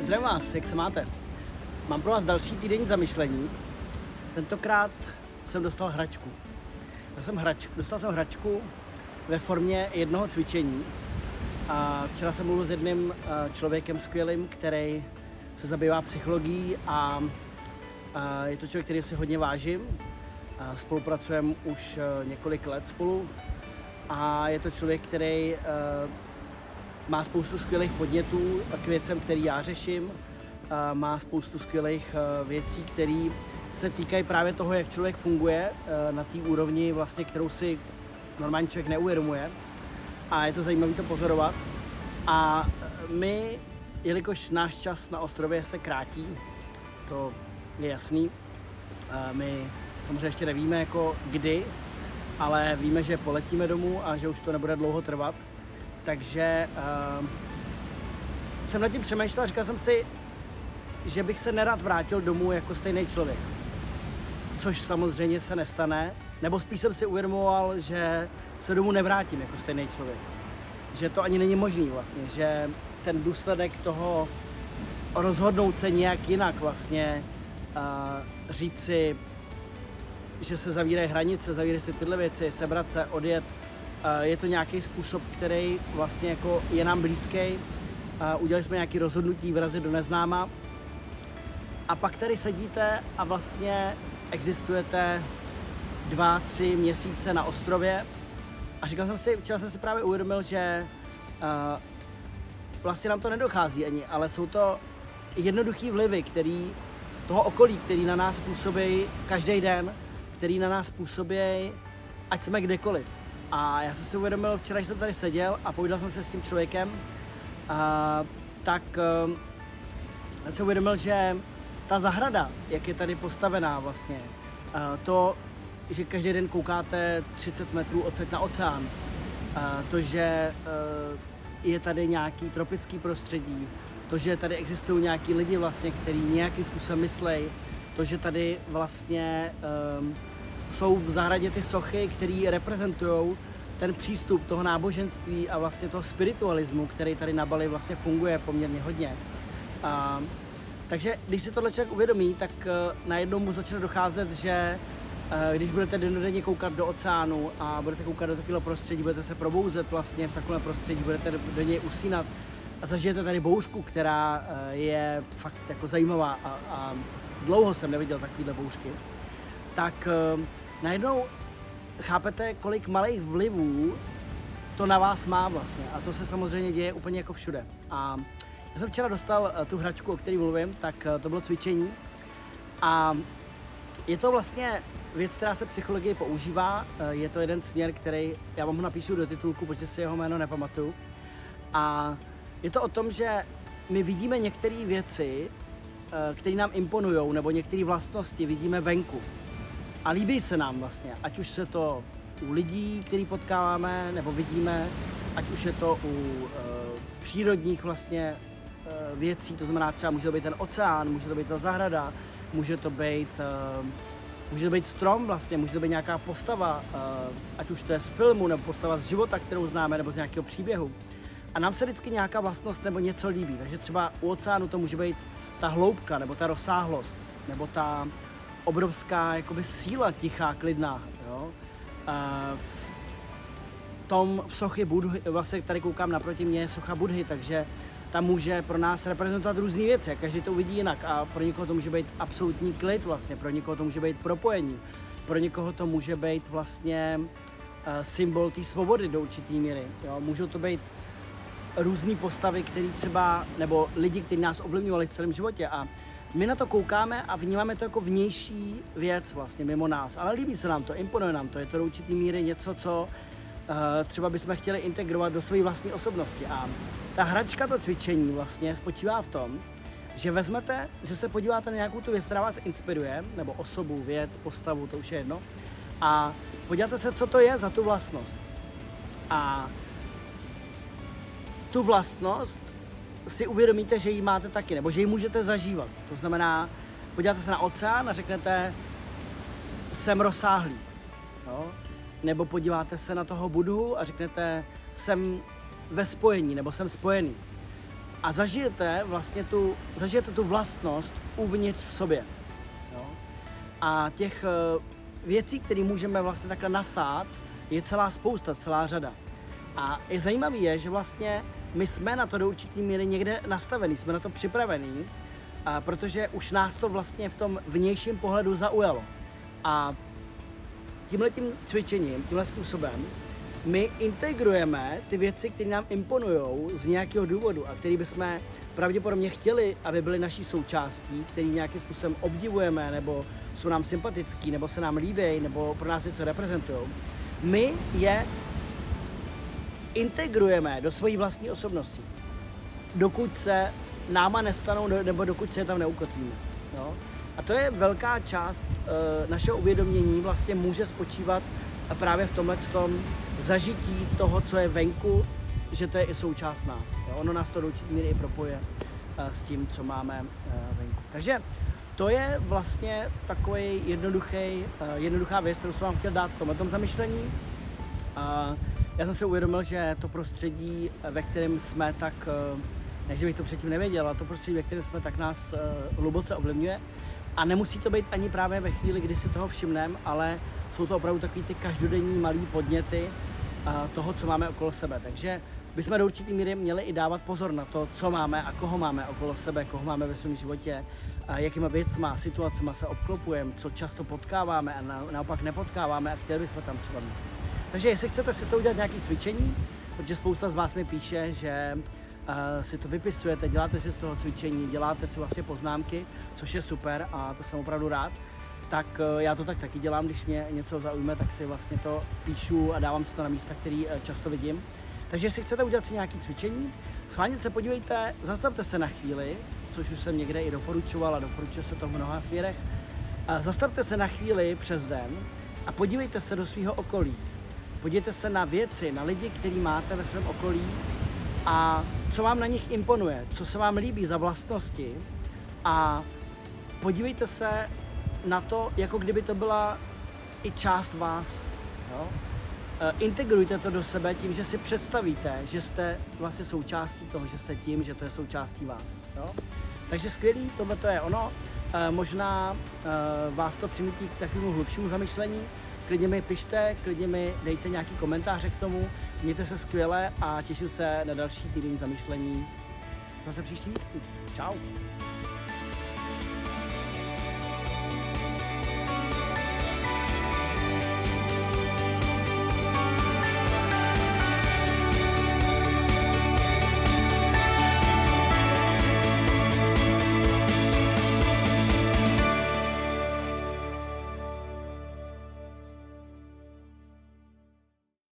Zdravím vás, jak se máte? Mám pro vás další týdenní zamyšlení. Tentokrát jsem dostal hračku. Dostal jsem hračku ve formě jednoho cvičení. A včera jsem mluvil s jedním člověkem skvělým, který se zabývá psychologií a je to člověk, který si hodně vážím. Spolupracujeme už několik let spolu a je to člověk, který má spoustu skvělých podnětů k věcem, který já řeším. Má spoustu skvělých věcí, které se týkají právě toho, jak člověk funguje na té úrovni, vlastně, kterou si normální člověk neuvědomuje. A je to zajímavé to pozorovat. A my, jelikož náš čas na ostrově se krátí, to je jasný, my samozřejmě ještě nevíme jako kdy, ale víme, že poletíme domů a že už to nebude dlouho trvat. Takže jsem nad tím přemýšlel a říkal jsem si, že bych se nerad vrátil domů jako stejný člověk. Což samozřejmě se nestane, nebo spíš jsem si uvědomoval, že se domů nevrátím jako stejný člověk. Že to ani není možný vlastně, že ten důsledek toho rozhodnout se nějak jinak vlastně, říct si, že se zavírají hranice, zavírají si tyhle věci, sebrat se, odjet, je to nějaký způsob, který vlastně jako je nám blízký. Udělali jsme nějaké rozhodnutí vyrazit do neznáma. A pak tady sedíte a vlastně existujete 2-3 měsíce na ostrově. A říkal jsem si, včera jsem si právě uvědomil, že vlastně nám to nedochází ani, ale jsou to jednoduchý vlivy, toho okolí, který na nás působí každý den, který na nás působí, ať jsme kdekoliv. A já jsem si uvědomil, včera jsem tady seděl a povídal jsem se s tím člověkem, tak jsem si uvědomil, že ta zahrada, jak je tady postavená vlastně, to, že každý den koukáte 30 metrů odsaď na oceán, to, že je tady nějaký tropický prostředí, to, že tady existují nějaký lidi vlastně, kteří nějakým způsobem myslejí, to, že tady vlastně jsou v zahradě ty sochy, které reprezentují ten přístup toho náboženství a vlastně toho spiritualismu, který tady na Bali vlastně funguje poměrně hodně. Takže když si tohle člověk uvědomí, tak najednou mu začne docházet, že když budete dennodenně koukat do oceánu a budete koukat do takového prostředí, budete se probouzet vlastně v takovém prostředí, budete do něj usínat a zažijete tady bouřku, která je fakt jako zajímavá a dlouho jsem neviděl takovýhle bouřky, tak najednou chápete, kolik malých vlivů to na vás má vlastně a to se samozřejmě děje úplně jako všude. A já jsem včera dostal tu hračku, o které mluvím, tak to bylo cvičení a je to vlastně věc, která se psychologii používá, je to jeden směr, který, já vám ho napíšu do titulku, protože si jeho jméno nepamatuju. A je to o tom, že my vidíme některé věci, které nám imponují, nebo některé vlastnosti vidíme venku. A líbí se nám vlastně, ať už se to u lidí, který potkáváme, nebo vidíme, ať už je to u přírodních vlastně věcí, to znamená třeba může to být ten oceán, může to být ta zahrada, může to být strom vlastně, může to být nějaká postava, ať už to je z filmu, nebo postava z života, kterou známe, nebo z nějakého příběhu. A nám se vždycky nějaká vlastnost nebo něco líbí, takže třeba u oceánu to může být ta hloubka, nebo ta rozsáhlost, nebo ta obrovská jakoby síla tichá, klidná. Jo? V sochy Budhy, vlastně tady koukám naproti mě, je socha Budhy, takže tam může pro nás reprezentovat různé věci, každý to uvidí jinak a pro někoho to může být absolutní klid vlastně, pro někoho to může být propojení, pro někoho to může být vlastně symbol té svobody do určitý míry. Jo? Můžou to být různé postavy, které třeba, nebo lidi, kteří nás ovlivňovali v celém životě a my na to koukáme a vnímáme to jako vnější věc vlastně mimo nás, ale líbí se nám to, imponuje nám to, je to do určitý míry něco, co třeba bychom chtěli integrovat do své vlastní osobnosti. A ta hračka, to cvičení vlastně spočívá v tom, že vezmete, že se podíváte na nějakou tu věc, která vás inspiruje, nebo osobu, věc, postavu, to už je jedno, a podíváte se, co to je za tu vlastnost. A tu vlastnost si uvědomíte, že ji máte taky, nebo že ji můžete zažívat. To znamená, podíváte se na oceán a řeknete, jsem rozsáhlý. Jo? Nebo podíváte se na toho Budhu a řeknete, jsem ve spojení, nebo jsem spojený. a zažijete tu vlastnost uvnitř v sobě. Jo? A těch věcí, které můžeme vlastně takhle nasát, je celá spousta, celá řada. A je zajímavé je, že vlastně my jsme na to do určitý míry někde nastavení, jsme na to připravení, protože už nás to vlastně v tom vnějším pohledu zaujalo. A tímhletím cvičením, tímhle způsobem, my integrujeme ty věci, které nám imponují z nějakého důvodu a které bychom pravděpodobně chtěli, aby byly naší součástí, který nějakým způsobem obdivujeme, nebo jsou nám sympatický, nebo se nám líbí, nebo pro nás něco reprezentují. My je integrujeme do své vlastní osobnosti, dokud se náma nestanou, nebo dokud se je tam neukotvíme. Jo? A to je velká část našeho uvědomění, vlastně může spočívat právě v tomhletom zažití toho, co je venku, že to je i součást nás. Jo? Ono nás to do určitý míry i propojuje s tím, co máme venku. Takže to je vlastně takový jednoduchá věc, kterou jsem vám chtěl dát v tomhletom zamyšlení. Já jsem se uvědomil, že to prostředí, ve kterém jsme, tak, ne, že bych to předtím nevěděl, ale to prostředí, ve kterém jsme, tak nás hluboce ovlivňuje. A nemusí to být ani právě ve chvíli, kdy si toho všimneme, ale jsou to opravdu takový ty každodenní malý podněty toho, co máme okolo sebe. Takže bychom do určitý míry měli i dávat pozor na to, co máme a koho máme okolo sebe, koho máme ve svém životě, jakýma věcma, situacema se obklopujeme, co často potkáváme a naopak nepotkáváme a chtěli bychom tam třeba mít. Takže jestli chcete si to udělat nějaké cvičení, protože spousta z vás mi píše, že si to vypisujete, děláte si z toho cvičení, děláte si vlastně poznámky, což je super a to jsem opravdu rád, tak já to tak taky dělám, když mě něco zaujme, tak si vlastně to píšu a dávám si to na místa, který často vidím. Takže jestli chcete udělat si nějaké cvičení, schválně se podívejte, zastavte se na chvíli, což už jsem někde i doporučoval a doporučuje se to v mnoha směrech. Zastavte se na chvíli přes den a podívejte se do svého okolí. Podívejte se na věci, na lidi, který máte ve svém okolí a co vám na nich imponuje, co se vám líbí za vlastnosti a podívejte se na to, jako kdyby to byla i část vás. Jo? Integrujte to do sebe tím, že si představíte, že jste vlastně součástí toho, že jste tím, že to je součástí vás. Jo? Takže skvělý, tohle to je ono. Možná vás to přinutí k takovému hlubšímu zamyšlení. Klidně mi pište, klidně mi dejte nějaký komentáře k tomu. Mějte se skvěle a těším se na další týdenní zamyšlení zase příští. Čau.